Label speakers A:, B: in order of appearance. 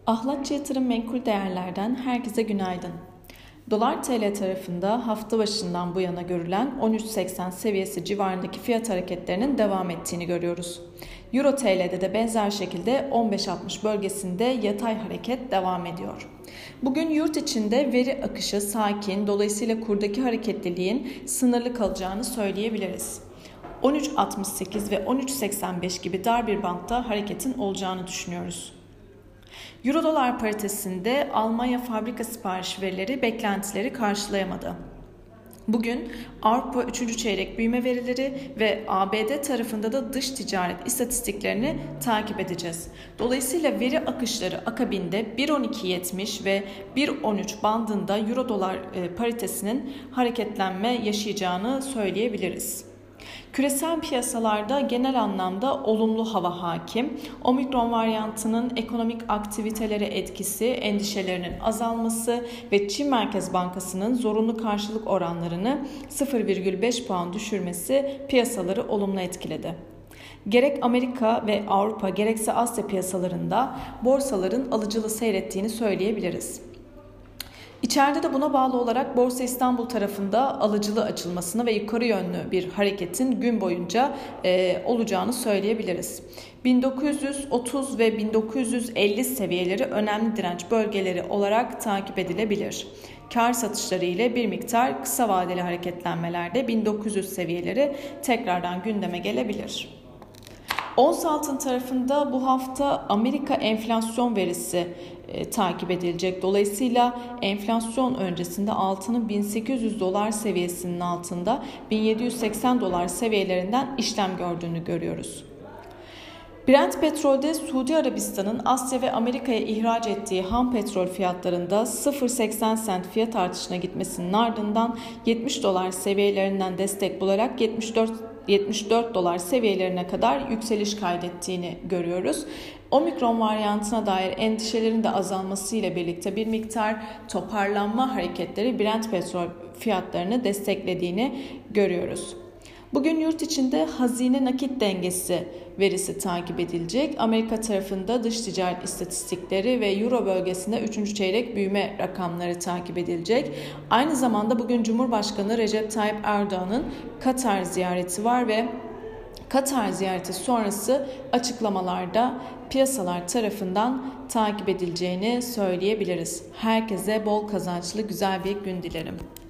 A: Ahlatçı Yatırım Menkul Değerler'den herkese günaydın. Dolar TL tarafında hafta başından bu yana görülen 13.80 seviyesi civarındaki fiyat hareketlerinin devam ettiğini görüyoruz. Euro TL'de de benzer şekilde 15.60 bölgesinde yatay hareket devam ediyor. Bugün yurt içinde veri akışı sakin, dolayısıyla kurdaki hareketliliğin sınırlı kalacağını söyleyebiliriz. 13.68 ve 13.85 gibi dar bir bantta hareketin olacağını düşünüyoruz. Euro-dolar paritesinde Almanya fabrika sipariş verileri beklentileri karşılayamadı. Bugün Avrupa 3. çeyrek büyüme verileri ve ABD tarafında da dış ticaret istatistiklerini takip edeceğiz. Dolayısıyla veri akışları akabinde 1.12.70 ve 1.13 bandında Euro-dolar paritesinin hareketlenme yaşayacağını söyleyebiliriz. Küresel piyasalarda genel anlamda olumlu hava hakim. Omikron varyantının ekonomik aktivitelere etkisi, endişelerinin azalması ve Çin Merkez Bankası'nın zorunlu karşılık oranlarını 0,5 puan düşürmesi piyasaları olumlu etkiledi. Gerek Amerika ve Avrupa gerekse Asya piyasalarında borsaların alıcılı seyrettiğini söyleyebiliriz. İçeride de buna bağlı olarak Borsa İstanbul tarafında alıcılı açılmasını ve yukarı yönlü bir hareketin gün boyunca olacağını söyleyebiliriz. 1930 ve 1950 seviyeleri önemli direnç bölgeleri olarak takip edilebilir. Kar satışları ile bir miktar kısa vadeli hareketlenmelerde 1900 seviyeleri tekrardan gündeme gelebilir. Ons altın tarafında bu hafta Amerika enflasyon verisi takip edilecek. Dolayısıyla enflasyon öncesinde altının 1800 dolar seviyesinin altında 1780 dolar seviyelerinden işlem gördüğünü görüyoruz. Brent petrolde Suudi Arabistan'ın Asya ve Amerika'ya ihraç ettiği ham petrol fiyatlarında 0,80 sent fiyat artışına gitmesinin ardından 70 dolar seviyelerinden destek bularak 74 dolar seviyelerine kadar yükseliş kaydettiğini görüyoruz. Omikron varyantına dair endişelerin de azalması ile birlikte bir miktar toparlanma hareketleri Brent petrol fiyatlarını desteklediğini görüyoruz. Bugün yurt içinde hazine nakit dengesi verisi takip edilecek. Amerika tarafında dış ticaret istatistikleri ve Euro bölgesinde 3. çeyrek büyüme rakamları takip edilecek. Aynı zamanda bugün Cumhurbaşkanı Recep Tayyip Erdoğan'ın Katar ziyareti var ve Katar ziyareti sonrası açıklamalarda piyasalar tarafından takip edileceğini söyleyebiliriz. Herkese bol kazançlı güzel bir gün dilerim.